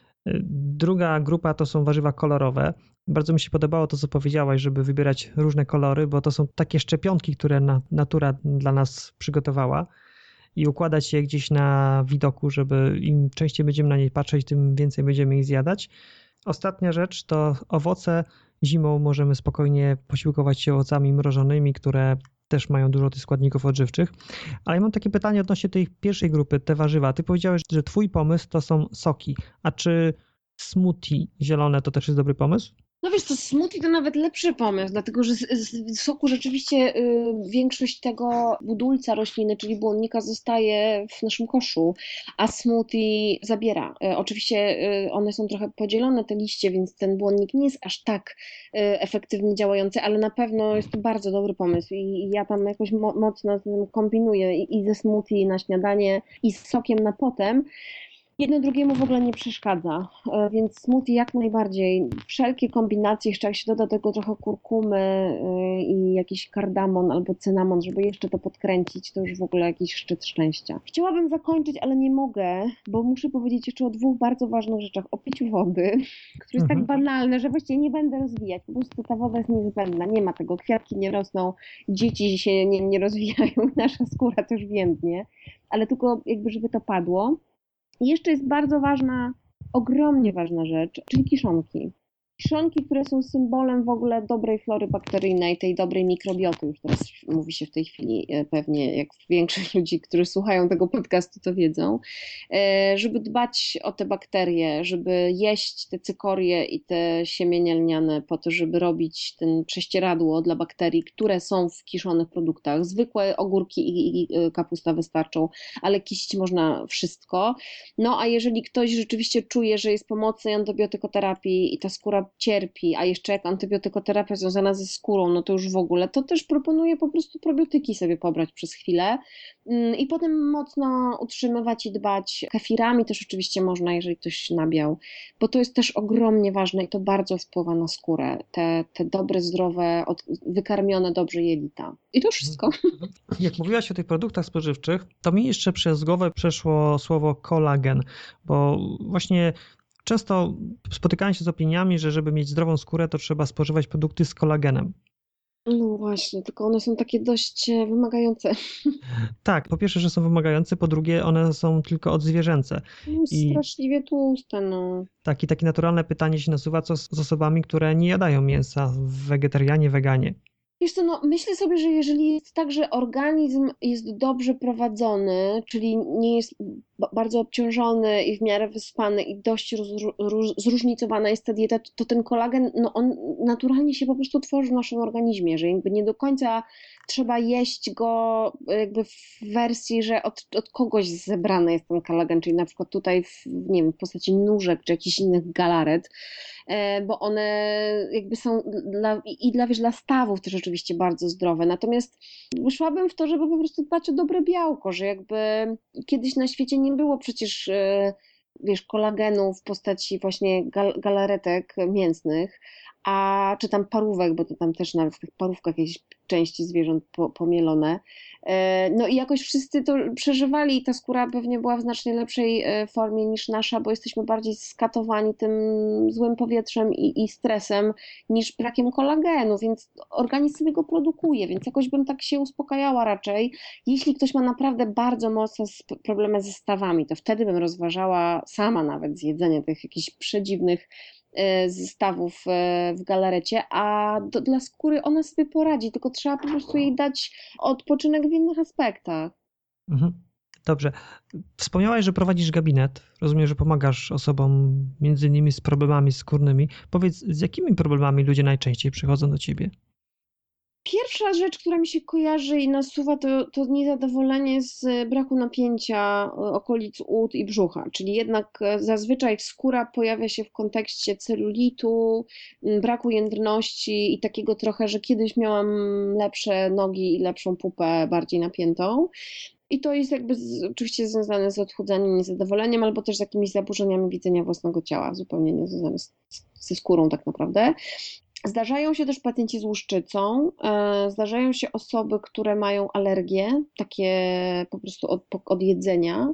Druga grupa to są warzywa kolorowe. Bardzo mi się podobało to, co powiedziałaś, żeby wybierać różne kolory, bo to są takie szczepionki, które natura dla nas przygotowała i układać je gdzieś na widoku, żeby im częściej będziemy na nie patrzeć, tym więcej będziemy ich zjadać. Ostatnia rzecz to owoce. Zimą możemy spokojnie posiłkować się owocami mrożonymi, które też mają dużo tych składników odżywczych. Ale ja mam takie pytanie odnośnie tej pierwszej grupy, te warzywa. Ty powiedziałeś, że twój pomysł to są soki. A czy smoothie zielone to też jest dobry pomysł? No wiesz, to smoothie to nawet lepszy pomysł, dlatego że z soku rzeczywiście większość tego budulca rośliny, czyli błonnika, zostaje w naszym koszu, a smoothie zabiera. Oczywiście one są trochę podzielone, te liście, więc ten błonnik nie jest aż tak efektywnie działający, ale na pewno jest to bardzo dobry pomysł i ja tam jakoś mocno z tym kombinuję i ze smoothie na śniadanie i z sokiem na potem. Jedno drugiemu w ogóle nie przeszkadza, więc smoothie jak najbardziej. Wszelkie kombinacje, jeszcze jak się doda do tego trochę kurkumy i jakiś kardamon albo cynamon, żeby jeszcze to podkręcić, to już w ogóle jakiś szczyt szczęścia. Chciałabym zakończyć, ale nie mogę, bo muszę powiedzieć jeszcze o dwóch bardzo ważnych rzeczach. O piciu wody, które jest tak banalne, że właściwie nie będę rozwijać. Po prostu ta woda jest niezbędna, nie ma tego, kwiatki nie rosną, dzieci się nie rozwijają, nasza skóra też więdnie, ale tylko jakby żeby to padło. I jeszcze jest bardzo ważna, ogromnie ważna rzecz, czyli kiszonki. kiszonki, które są symbolem w ogóle dobrej flory bakteryjnej, tej dobrej mikrobioty, już teraz mówi się w tej chwili pewnie, jak większość ludzi, którzy słuchają tego podcastu, to wiedzą, żeby dbać o te bakterie, żeby jeść te cykorie i te siemienia lniane po to, żeby robić ten prześcieradło dla bakterii, które są w kiszonych produktach. Zwykłe ogórki i kapusta wystarczą, ale kiść można wszystko. No a jeżeli ktoś rzeczywiście czuje, że jest po mocnej antybiotykoterapii i ta skóra cierpi, a jeszcze jak antybiotykoterapia związana ze skórą, no to już w ogóle, to też proponuję po prostu probiotyki sobie pobrać przez chwilę i potem mocno utrzymywać i dbać. Kefirami też oczywiście można, jeżeli ktoś nabiał, bo to jest też ogromnie ważne i to bardzo wpływa na skórę. Te dobre, zdrowe, wykarmione dobrze jelita. I to wszystko. Jak mówiłaś o tych produktach spożywczych, to mi jeszcze przez głowę przeszło słowo kolagen, bo właśnie często spotykałem się z opiniami, że żeby mieć zdrową skórę, to trzeba spożywać produkty z kolagenem. No właśnie, tylko one są takie dość wymagające. Tak, po pierwsze, że są wymagające, po drugie, one są tylko odzwierzęce. No, I straszliwie tłuste, no. takie naturalne pytanie się nasuwa, co z osobami, które nie jadają mięsa, wegetarianie, weganie. Wiesz co, no myślę sobie, że jeżeli jest tak, że organizm jest dobrze prowadzony, czyli nie jest bardzo obciążony i w miarę wyspany i dość zróżnicowana jest ta dieta, to ten kolagen, no on naturalnie się po prostu tworzy w naszym organizmie, że jakby nie do końca trzeba jeść go jakby w wersji, że od kogoś zebrany jest ten kolagen, czyli na przykład tutaj nie wiem, w postaci nóżek czy jakichś innych galaret, bo one jakby są wiesz, dla stawów też oczywiście bardzo zdrowe. Natomiast szłabym w to, żeby po prostu dbać o dobre białko, że jakby kiedyś na świecie nie było przecież wiesz, kolagenu w postaci właśnie galaretek mięsnych, czy tam parówek, bo to tam też nawet w tych parówkach jakieś części zwierząt pomielone. No i jakoś wszyscy to przeżywali i ta skóra pewnie była w znacznie lepszej formie niż nasza, bo jesteśmy bardziej skatowani tym złym powietrzem i stresem niż brakiem kolagenu, więc organizm sobie go produkuje, więc jakoś bym tak się uspokajała raczej. Jeśli ktoś ma naprawdę bardzo mocne problemy ze stawami, to wtedy bym rozważała sama nawet zjedzenie tych jakichś przedziwnych zestawów w galarecie, a dla skóry ona sobie poradzi, tylko trzeba po prostu jej dać odpoczynek w innych aspektach. Mhm. Dobrze. Wspomniałaś, że prowadzisz gabinet. Rozumiem, że pomagasz osobom między innymi z problemami skórnymi. Powiedz, z jakimi problemami ludzie najczęściej przychodzą do ciebie? Pierwsza rzecz, która mi się kojarzy i nasuwa, to niezadowolenie z braku napięcia okolic ud i brzucha, czyli jednak zazwyczaj skóra pojawia się w kontekście celulitu, braku jędrności i takiego trochę, że kiedyś miałam lepsze nogi i lepszą pupę bardziej napiętą. I to jest jakby oczywiście związane z odchudzaniem, niezadowoleniem, albo też z jakimiś zaburzeniami widzenia własnego ciała, zupełnie nie związane ze skórą tak naprawdę. Zdarzają się też pacjenci z łuszczycą, zdarzają się osoby, które mają alergie, takie po prostu od jedzenia,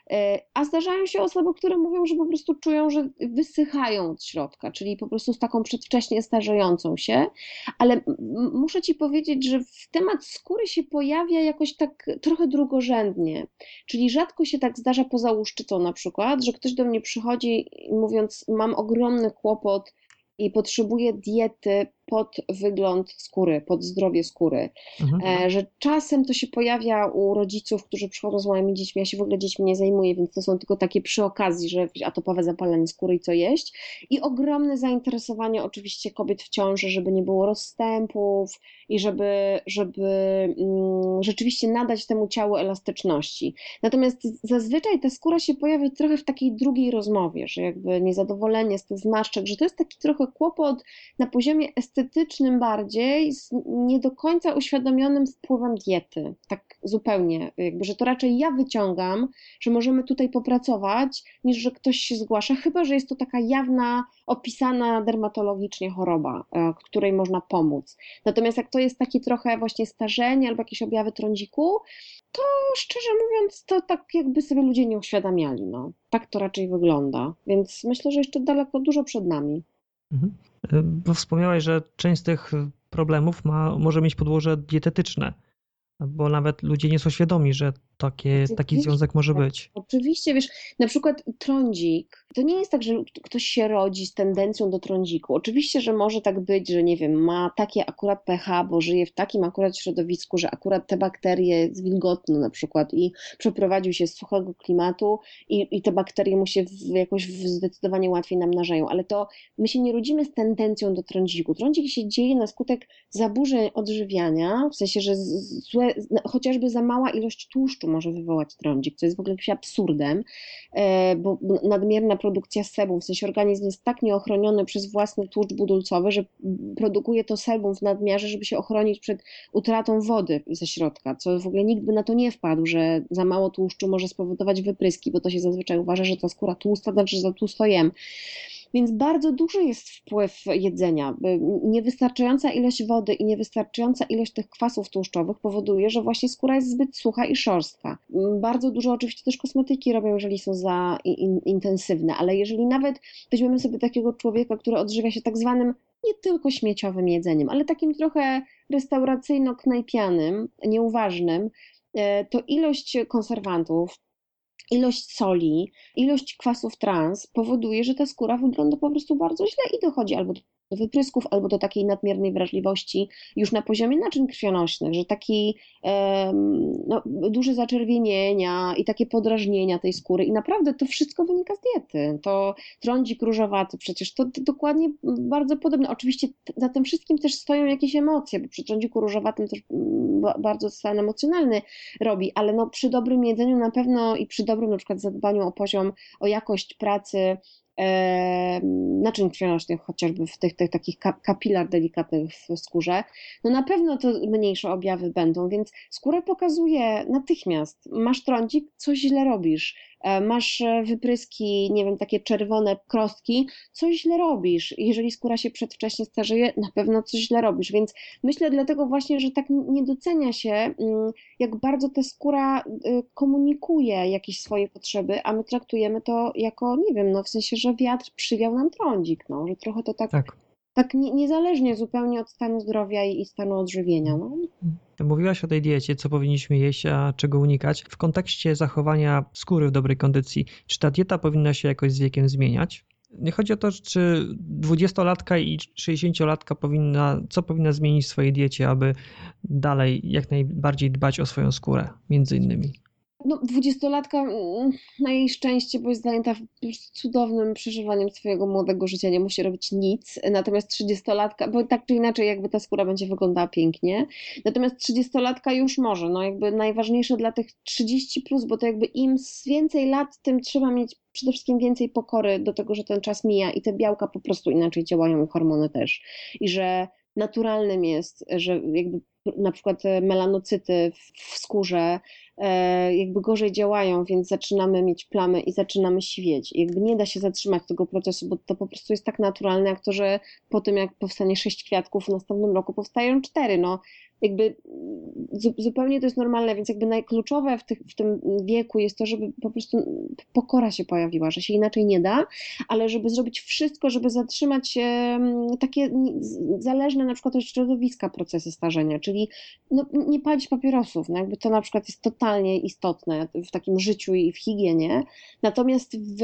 a zdarzają się osoby, które mówią, że po prostu czują, że wysychają od środka, czyli po prostu z taką przedwcześnie starzejącą się, ale muszę Ci powiedzieć, że w temat skóry się pojawia jakoś tak trochę drugorzędnie, czyli rzadko się tak zdarza poza łuszczycą na przykład, że ktoś do mnie przychodzi mówiąc, mam ogromny kłopot i potrzebuje diety pod wygląd skóry, pod zdrowie skóry. Że czasem to się pojawia u rodziców, którzy przychodzą z małymi dziećmi, ja się w ogóle dziećmi nie zajmuję, więc to są tylko takie przy okazji, że jakieś atopowe zapalenie skóry i co jeść. I ogromne zainteresowanie oczywiście kobiet w ciąży, żeby nie było rozstępów i żeby rzeczywiście nadać temu ciału elastyczności. Natomiast zazwyczaj ta skóra się pojawia trochę w takiej drugiej rozmowie, że jakby niezadowolenie z tych zmarszczek, że to jest taki trochę kłopot na poziomie estetycznym bardziej, z nie do końca uświadomionym wpływem diety. Tak zupełnie, jakby, że to raczej ja wyciągam, że możemy tutaj popracować, niż że ktoś się zgłasza, chyba że jest to taka jawna, opisana dermatologicznie choroba, której można pomóc. Natomiast jak to jest takie trochę właśnie starzenie albo jakieś objawy trądziku, to szczerze mówiąc, to tak jakby sobie ludzie nie uświadamiali. No. Tak to raczej wygląda. Więc myślę, że jeszcze daleko dużo przed nami. Bo wspomniałeś, że część z tych problemów może mieć podłoże dietetyczne, bo nawet ludzie nie są świadomi, że taki Oczywiście, związek może być. oczywiście, wiesz, na przykład trądzik, to nie jest tak, że ktoś się rodzi z tendencją do trądziku. Oczywiście, że może tak być, że nie wiem, ma takie akurat pH, bo żyje w takim akurat środowisku, że akurat te bakterie jest wilgotne na przykład i przeprowadził się z suchego klimatu i te bakterie mu się zdecydowanie łatwiej namnażają, ale to my się nie rodzimy z tendencją do trądziku. Trądzik się dzieje na skutek zaburzeń odżywiania, w sensie, że chociażby za mała ilość tłuszczu może wywołać trądzik, co jest w ogóle jakimś absurdem, bo nadmierna produkcja sebum, w sensie organizm jest tak nieochroniony przez własny tłuszcz budulcowy, że produkuje to sebum w nadmiarze, żeby się ochronić przed utratą wody ze środka, co w ogóle nikt by na to nie wpadł, że za mało tłuszczu może spowodować wypryski, bo to się zazwyczaj uważa, że ta skóra tłusta, znaczy, że za tłusto jem. Więc bardzo duży jest wpływ jedzenia. Niewystarczająca ilość wody i niewystarczająca ilość tych kwasów tłuszczowych powoduje, że właśnie skóra jest zbyt sucha i szorstka. Bardzo dużo oczywiście też kosmetyki robią, jeżeli są za intensywne, ale jeżeli nawet weźmiemy sobie takiego człowieka, który odżywia się tak zwanym nie tylko śmieciowym jedzeniem, ale takim trochę restauracyjno-knajpianym, nieuważnym, to ilość konserwantów, ilość soli, ilość kwasów trans powoduje, że ta skóra wygląda po prostu bardzo źle i dochodzi albo do wyprysków, albo do takiej nadmiernej wrażliwości już na poziomie naczyń krwionośnych, że taki duże zaczerwienienia i takie podrażnienia tej skóry i naprawdę to wszystko wynika z diety. To trądzik różowaty przecież to dokładnie bardzo podobne. Oczywiście za tym wszystkim też stoją jakieś emocje, bo przy trądziku różowatym też bardzo stan emocjonalny robi, ale no przy dobrym jedzeniu na pewno i przy dobrym na przykład zadbaniu o poziom, o jakość pracy naczyń krwionośnych, chociażby w tych takich kapilar delikatnych w skórze, no na pewno to mniejsze objawy będą, więc skóra pokazuje natychmiast, masz trądzik, coś źle robisz, masz wypryski, nie wiem, takie czerwone krostki, coś źle robisz. Jeżeli skóra się przedwcześnie starzeje, na pewno coś źle robisz, więc myślę dlatego właśnie, że tak nie docenia się, jak bardzo ta skóra komunikuje jakieś swoje potrzeby, a my traktujemy to jako, nie wiem, no w sensie, że wiatr przywiał nam trądzik, no, że trochę to tak niezależnie zupełnie od stanu zdrowia i stanu odżywienia. No. Mówiłaś o tej diecie, co powinniśmy jeść, a czego unikać. W kontekście zachowania skóry w dobrej kondycji, czy ta dieta powinna się jakoś z wiekiem zmieniać? Nie chodzi o to, czy 20-latka i 60-latka co powinna zmienić w swojej diecie, aby dalej jak najbardziej dbać o swoją skórę, między innymi. No, 20-latka na jej szczęście, bo jest zajęta cudownym przeżywaniem swojego młodego życia, nie musi robić nic. Natomiast 30-latka, bo tak czy inaczej jakby ta skóra będzie wyglądała pięknie. Natomiast 30-latka już może, no jakby najważniejsze dla tych 30+, bo to jakby im więcej lat, tym trzeba mieć przede wszystkim więcej pokory do tego, że ten czas mija i te białka po prostu inaczej działają i hormony też. I że naturalnym jest, że jakby na przykład melanocyty w skórze jakby gorzej działają, więc zaczynamy mieć plamy i zaczynamy siwieć. I jakby nie da się zatrzymać tego procesu, bo to po prostu jest tak naturalne, jak to, że po tym jak powstanie 6 kwiatków, w następnym roku powstają 4. No jakby zupełnie to jest normalne, więc jakby najkluczowe w tym wieku jest to, żeby po prostu pokora się pojawiła, że się inaczej nie da, ale żeby zrobić wszystko, żeby zatrzymać takie zależne na przykład od środowiska procesy starzenia, czyli no, nie palić papierosów, no jakby to na przykład jest totalnie istotne w takim życiu i w higienie, natomiast w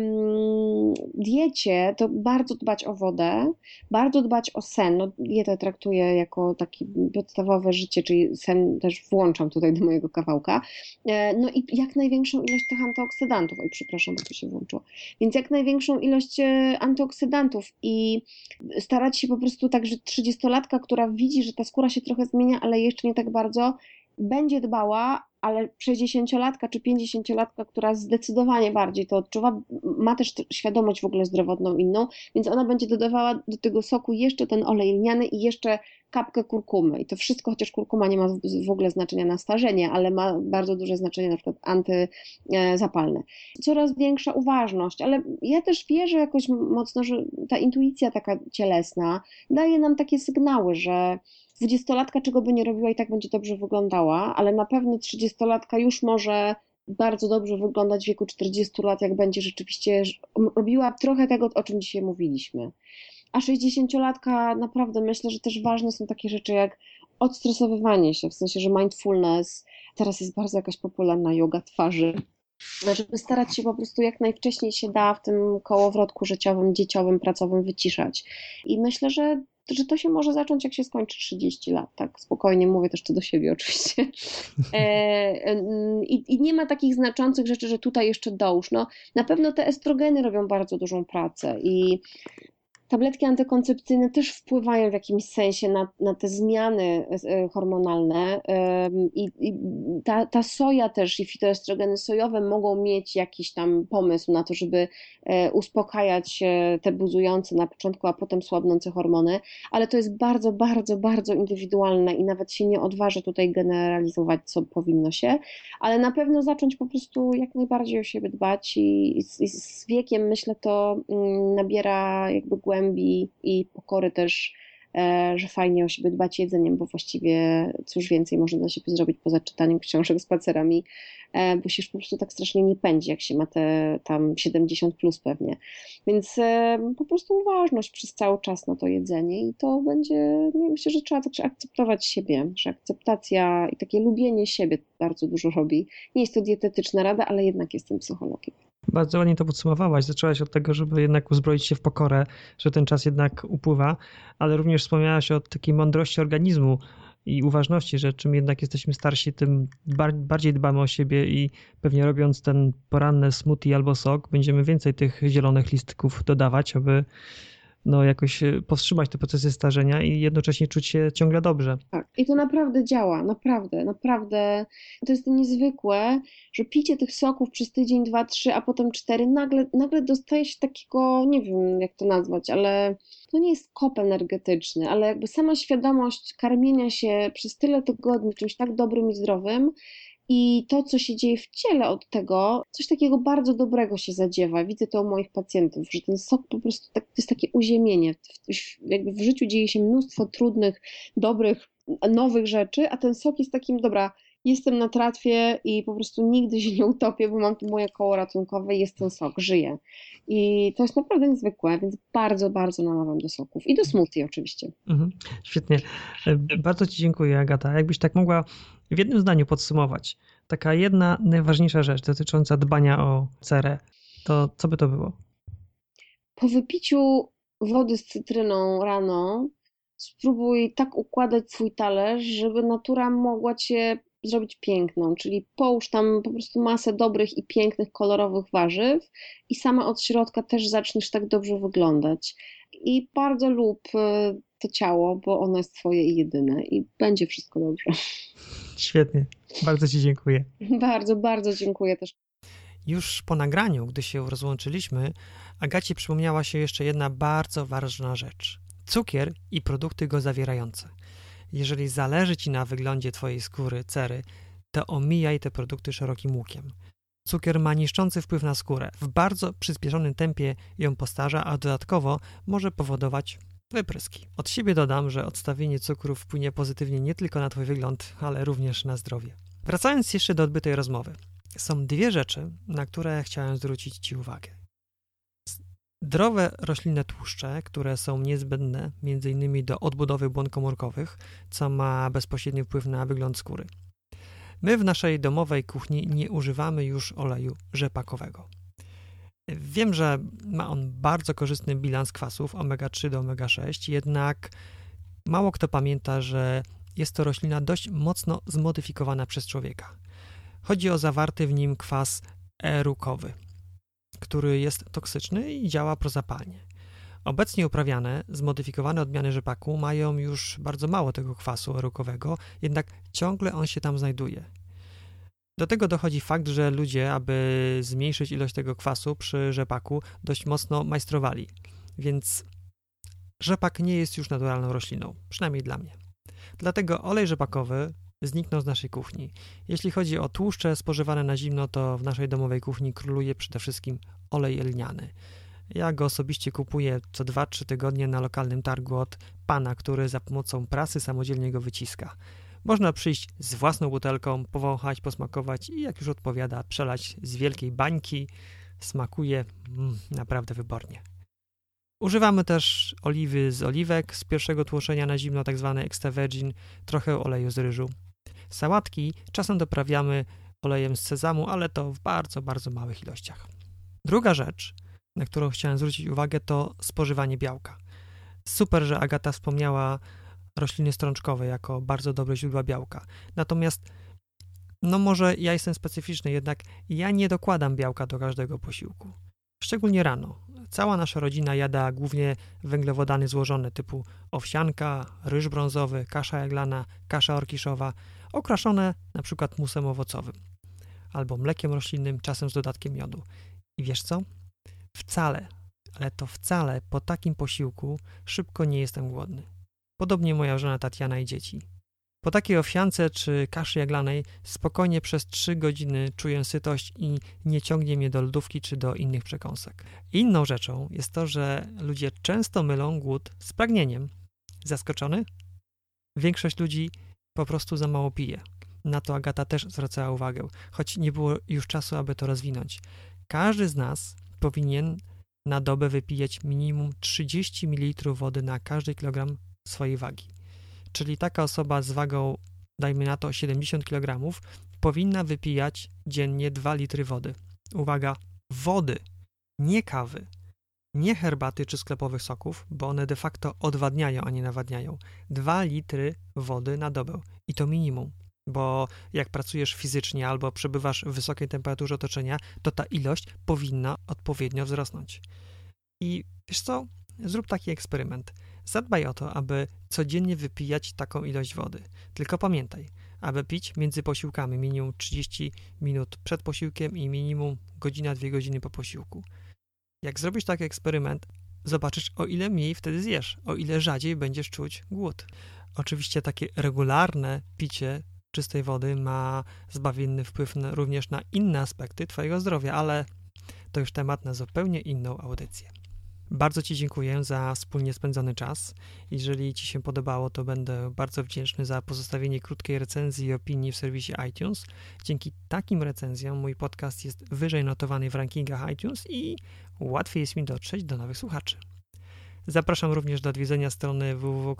diecie to bardzo dbać o wodę, bardzo dbać o sen, no dietę traktuję jako taki podstawowe życie, czyli sen też włączam tutaj do mojego kawałka, no i jak największą ilość tych antyoksydantów, oj przepraszam, bo to się włączyło, więc jak największą ilość antyoksydantów i starać się po prostu tak, że 30-latka, która widzi, że ta skóra się trochę zmienia, ale jeszcze nie tak bardzo, będzie dbała, ale 60-latka czy 50-latka, która zdecydowanie bardziej to odczuwa, ma też świadomość w ogóle zdrowotną inną, więc ona będzie dodawała do tego soku jeszcze ten olej lniany i jeszcze kapkę kurkumy. I to wszystko, chociaż kurkuma nie ma w ogóle znaczenia na starzenie, ale ma bardzo duże znaczenie na przykład antyzapalne. Coraz większa uważność, ale ja też wierzę jakoś mocno, że ta intuicja taka cielesna daje nam takie sygnały, że 20-latka czego by nie robiła i tak będzie dobrze wyglądała, ale na pewno 30-latka już może bardzo dobrze wyglądać w wieku 40 lat, jak będzie rzeczywiście robiła trochę tego, o czym dzisiaj mówiliśmy. A 60-latka naprawdę myślę, że też ważne są takie rzeczy jak odstresowywanie się, w sensie, że mindfulness, teraz jest bardzo jakaś popularna yoga twarzy, żeby starać się po prostu jak najwcześniej się da w tym kołowrotku życiowym, dzieciowym, pracowym wyciszać. I myślę, że to się może zacząć, jak się skończy 30 lat, tak spokojnie, mówię też to do siebie oczywiście. I nie ma takich znaczących rzeczy, że tutaj jeszcze dołóż. No, na pewno te estrogeny robią bardzo dużą pracę i tabletki antykoncepcyjne też wpływają w jakimś sensie na te zmiany hormonalne i ta soja też i fitoestrogeny sojowe mogą mieć jakiś tam pomysł na to, żeby uspokajać te buzujące na początku, a potem słabnące hormony, ale to jest bardzo, bardzo, bardzo indywidualne i nawet się nie odważę tutaj generalizować, co powinno się, ale na pewno zacząć po prostu jak najbardziej o siebie dbać i z wiekiem myślę to nabiera jakby głębi i pokory też, że fajnie o siebie dbać jedzeniem, bo właściwie cóż więcej można dla siebie zrobić poza czytaniem książek, spacerami, bo się już po prostu tak strasznie nie pędzi, jak się ma te tam 70 plus pewnie. Więc po prostu uważność przez cały czas na to jedzenie i to będzie, no myślę, że trzeba także akceptować siebie, że akceptacja i takie lubienie siebie bardzo dużo robi. Nie jest to dietetyczna rada, ale jednak jestem psychologiem. Bardzo ładnie to podsumowałaś. Zaczęłaś od tego, żeby jednak uzbroić się w pokorę, że ten czas jednak upływa, ale również wspomniałaś o takiej mądrości organizmu i uważności, że czym jednak jesteśmy starsi, tym bardziej dbamy o siebie i pewnie robiąc ten poranny smoothie albo sok, będziemy więcej tych zielonych listków dodawać, aby no jakoś powstrzymać te procesy starzenia i jednocześnie czuć się ciągle dobrze. Tak, i to naprawdę działa, naprawdę, naprawdę. To jest niezwykłe, że picie tych soków przez tydzień, dwa, trzy, a potem cztery, nagle dostaje się takiego, nie wiem jak to nazwać, ale to nie jest kop energetyczny, ale jakby sama świadomość karmienia się przez tyle tygodni czymś tak dobrym i zdrowym i to, co się dzieje w ciele od tego, coś takiego bardzo dobrego się zadziewa. Widzę to u moich pacjentów, że ten sok po prostu to jest takie uziemienie. Jakby w życiu dzieje się mnóstwo trudnych, dobrych, nowych rzeczy, a ten sok jest takim, dobra, jestem na tratwie i po prostu nigdy się nie utopię, bo mam tu moje koło ratunkowe i jest ten sok, żyję. I to jest naprawdę niezwykłe, więc bardzo, bardzo namawiam do soków. I do smoothie oczywiście. Świetnie. Bardzo Ci dziękuję, Agata. Jakbyś tak mogła w jednym zdaniu podsumować, taka jedna najważniejsza rzecz dotycząca dbania o cerę, to co by to było? Po wypiciu wody z cytryną rano spróbuj tak układać swój talerz, żeby natura mogła cię zrobić piękną, czyli połóż tam po prostu masę dobrych i pięknych, kolorowych warzyw i sama od środka też zaczniesz tak dobrze wyglądać. I bardzo lub to ciało, bo ono jest twoje i jedyne i będzie wszystko dobrze. Świetnie. Bardzo Ci dziękuję. Bardzo, bardzo dziękuję też. Już po nagraniu, gdy się rozłączyliśmy, Agacie przypomniała się jeszcze jedna bardzo ważna rzecz. Cukier i produkty go zawierające. Jeżeli zależy Ci na wyglądzie Twojej skóry, cery, to omijaj te produkty szerokim łukiem. Cukier ma niszczący wpływ na skórę. W bardzo przyspieszonym tempie ją postarza, a dodatkowo może powodować wypryski. Od siebie dodam, że odstawienie cukru wpłynie pozytywnie nie tylko na Twój wygląd, ale również na zdrowie. Wracając jeszcze do odbytej rozmowy. Są dwie rzeczy, na które chciałem zwrócić Ci uwagę. Zdrowe roślinne tłuszcze, które są niezbędne m.in. do odbudowy błon komórkowych, co ma bezpośredni wpływ na wygląd skóry. My w naszej domowej kuchni nie używamy już oleju rzepakowego. Wiem, że ma on bardzo korzystny bilans kwasów omega-3 do omega-6, jednak mało kto pamięta, że jest to roślina dość mocno zmodyfikowana przez człowieka. Chodzi o zawarty w nim kwas erukowy, który jest toksyczny i działa prozapalnie. Obecnie uprawiane, zmodyfikowane odmiany rzepaku mają już bardzo mało tego kwasu erukowego, jednak ciągle on się tam znajduje. Do tego dochodzi fakt, że ludzie, aby zmniejszyć ilość tego kwasu przy rzepaku, dość mocno majstrowali, więc rzepak nie jest już naturalną rośliną, przynajmniej dla mnie. Dlatego olej rzepakowy zniknął z naszej kuchni. Jeśli chodzi o tłuszcze spożywane na zimno, to w naszej domowej kuchni króluje przede wszystkim olej lniany. Ja go osobiście kupuję co 2-3 tygodnie na lokalnym targu od pana, który za pomocą prasy samodzielnie go wyciska. Można przyjść z własną butelką, powąchać, posmakować i jak już odpowiada, przelać z wielkiej bańki. Smakuje naprawdę wybornie. Używamy też oliwy z oliwek z pierwszego tłoczenia na zimno, tak zwany extra virgin, trochę oleju z ryżu. Sałatki czasem doprawiamy olejem z sezamu, ale to w bardzo, bardzo małych ilościach. Druga rzecz, na którą chciałem zwrócić uwagę, to spożywanie białka. Super, że Agata wspomniała rośliny strączkowe jako bardzo dobre źródła białka. Natomiast, może ja jestem specyficzny, jednak ja nie dokładam białka do każdego posiłku. Szczególnie rano. Cała nasza rodzina jada głównie węglowodany złożone typu owsianka, ryż brązowy, kasza jaglana, kasza orkiszowa, okraszone np. musem owocowym albo mlekiem roślinnym, czasem z dodatkiem miodu. I wiesz co? Wcale, ale to wcale po takim posiłku szybko nie jestem głodny. Podobnie moja żona Tatiana i dzieci. Po takiej owsiance czy kaszy jaglanej spokojnie przez 3 godziny czuję sytość i nie ciągnie mnie do lodówki czy do innych przekąsek. Inną rzeczą jest to, że ludzie często mylą głód z pragnieniem. Zaskoczony? Większość ludzi po prostu za mało pije. Na to Agata też zwracała uwagę, choć nie było już czasu, aby to rozwinąć. Każdy z nas powinien na dobę wypijać minimum 30 ml wody na każdy kilogram swojej wagi. Czyli taka osoba z wagą, dajmy na to 70 kg, powinna wypijać dziennie 2 litry wody. Uwaga, wody, nie kawy, nie herbaty czy sklepowych soków, bo one de facto odwadniają, a nie nawadniają. 2 litry wody na dobę i to minimum, bo jak pracujesz fizycznie albo przebywasz w wysokiej temperaturze otoczenia, to ta ilość powinna odpowiednio wzrosnąć. I wiesz co? Zrób taki eksperyment. Zadbaj o to, aby codziennie wypijać taką ilość wody. Tylko pamiętaj, aby pić między posiłkami minimum 30 minut przed posiłkiem i minimum godzina, 2 godziny po posiłku. Jak zrobisz taki eksperyment, zobaczysz, o ile mniej wtedy zjesz, o ile rzadziej będziesz czuć głód. Oczywiście takie regularne picie czystej wody ma zbawienny wpływ również na inne aspekty twojego zdrowia, ale to już temat na zupełnie inną audycję. Bardzo Ci dziękuję za wspólnie spędzony czas. Jeżeli Ci się podobało, to będę bardzo wdzięczny za pozostawienie krótkiej recenzji i opinii w serwisie iTunes. Dzięki takim recenzjom mój podcast jest wyżej notowany w rankingach iTunes i łatwiej jest mi dotrzeć do nowych słuchaczy. Zapraszam również do odwiedzenia strony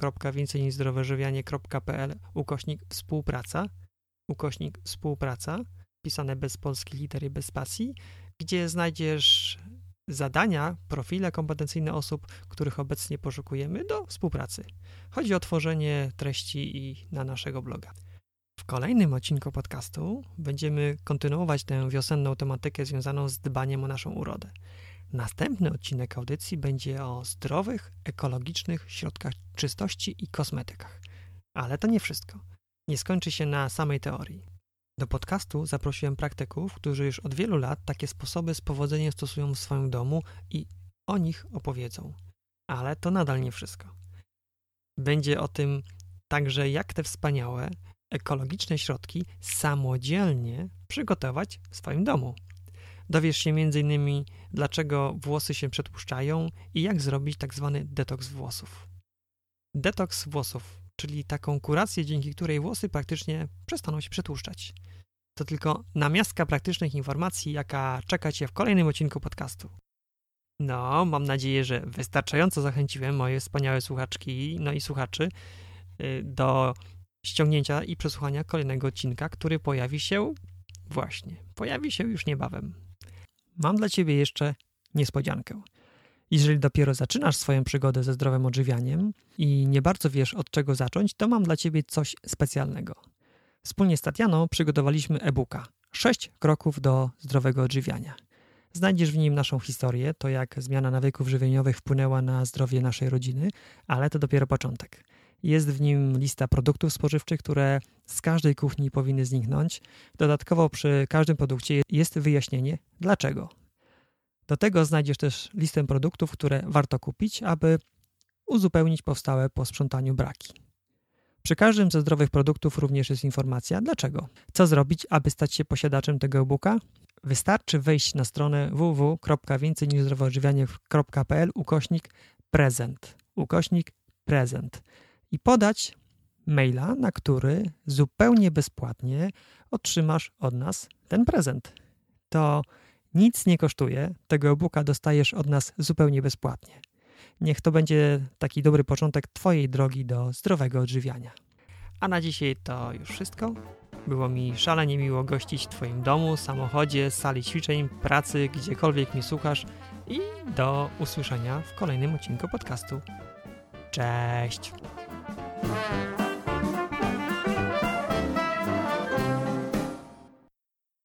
www.więcejniżzdrowożywianie.pl/współpraca, pisane bez polskiej litery, bez spacji, gdzie znajdziesz zadania, profile kompetencyjne osób, których obecnie poszukujemy do współpracy. Chodzi o tworzenie treści i na naszego bloga. W kolejnym odcinku podcastu będziemy kontynuować tę wiosenną tematykę związaną z dbaniem o naszą urodę. Następny odcinek audycji będzie o zdrowych, ekologicznych środkach czystości i kosmetykach. Ale to nie wszystko. Nie skończy się na samej teorii. Do podcastu zaprosiłem praktyków, którzy już od wielu lat takie sposoby z powodzeniem stosują w swoim domu i o nich opowiedzą. Ale to nadal nie wszystko. Będzie o tym także, jak te wspaniałe, ekologiczne środki samodzielnie przygotować w swoim domu. Dowiesz się m.in. dlaczego włosy się przetłuszczają i jak zrobić tak zwany detoks włosów. Detoks włosów, czyli taką kurację, dzięki której włosy praktycznie przestaną się przetłuszczać. To tylko namiastka praktycznych informacji, jaka czeka Cię w kolejnym odcinku podcastu. Mam nadzieję, że wystarczająco zachęciłem moje wspaniałe słuchaczki, i słuchaczy do ściągnięcia i przesłuchania kolejnego odcinka, który pojawi się już niebawem. Mam dla Ciebie jeszcze niespodziankę. Jeżeli dopiero zaczynasz swoją przygodę ze zdrowym odżywianiem i nie bardzo wiesz, od czego zacząć, to mam dla Ciebie coś specjalnego. Wspólnie z Tatianą przygotowaliśmy e-booka 6 kroków do zdrowego odżywiania. Znajdziesz w nim naszą historię, to jak zmiana nawyków żywieniowych wpłynęła na zdrowie naszej rodziny, ale to dopiero początek. Jest w nim lista produktów spożywczych, które z każdej kuchni powinny zniknąć. Dodatkowo przy każdym produkcie jest wyjaśnienie dlaczego. Do tego znajdziesz też listę produktów, które warto kupić, aby uzupełnić powstałe po sprzątaniu braki. Przy każdym ze zdrowych produktów również jest informacja dlaczego. Co zrobić, aby stać się posiadaczem tego e-booka? Wystarczy wejść na stronę www.więcejniżzdrowoodżywianie.pl/prezent i podać maila, na który zupełnie bezpłatnie otrzymasz od nas ten prezent. To nic nie kosztuje, tego e-booka dostajesz od nas zupełnie bezpłatnie. Niech to będzie taki dobry początek Twojej drogi do zdrowego odżywiania. A na dzisiaj to już wszystko. Było mi szalenie miło gościć w Twoim domu, samochodzie, sali ćwiczeń, pracy, gdziekolwiek mnie słuchasz i do usłyszenia w kolejnym odcinku podcastu. Cześć!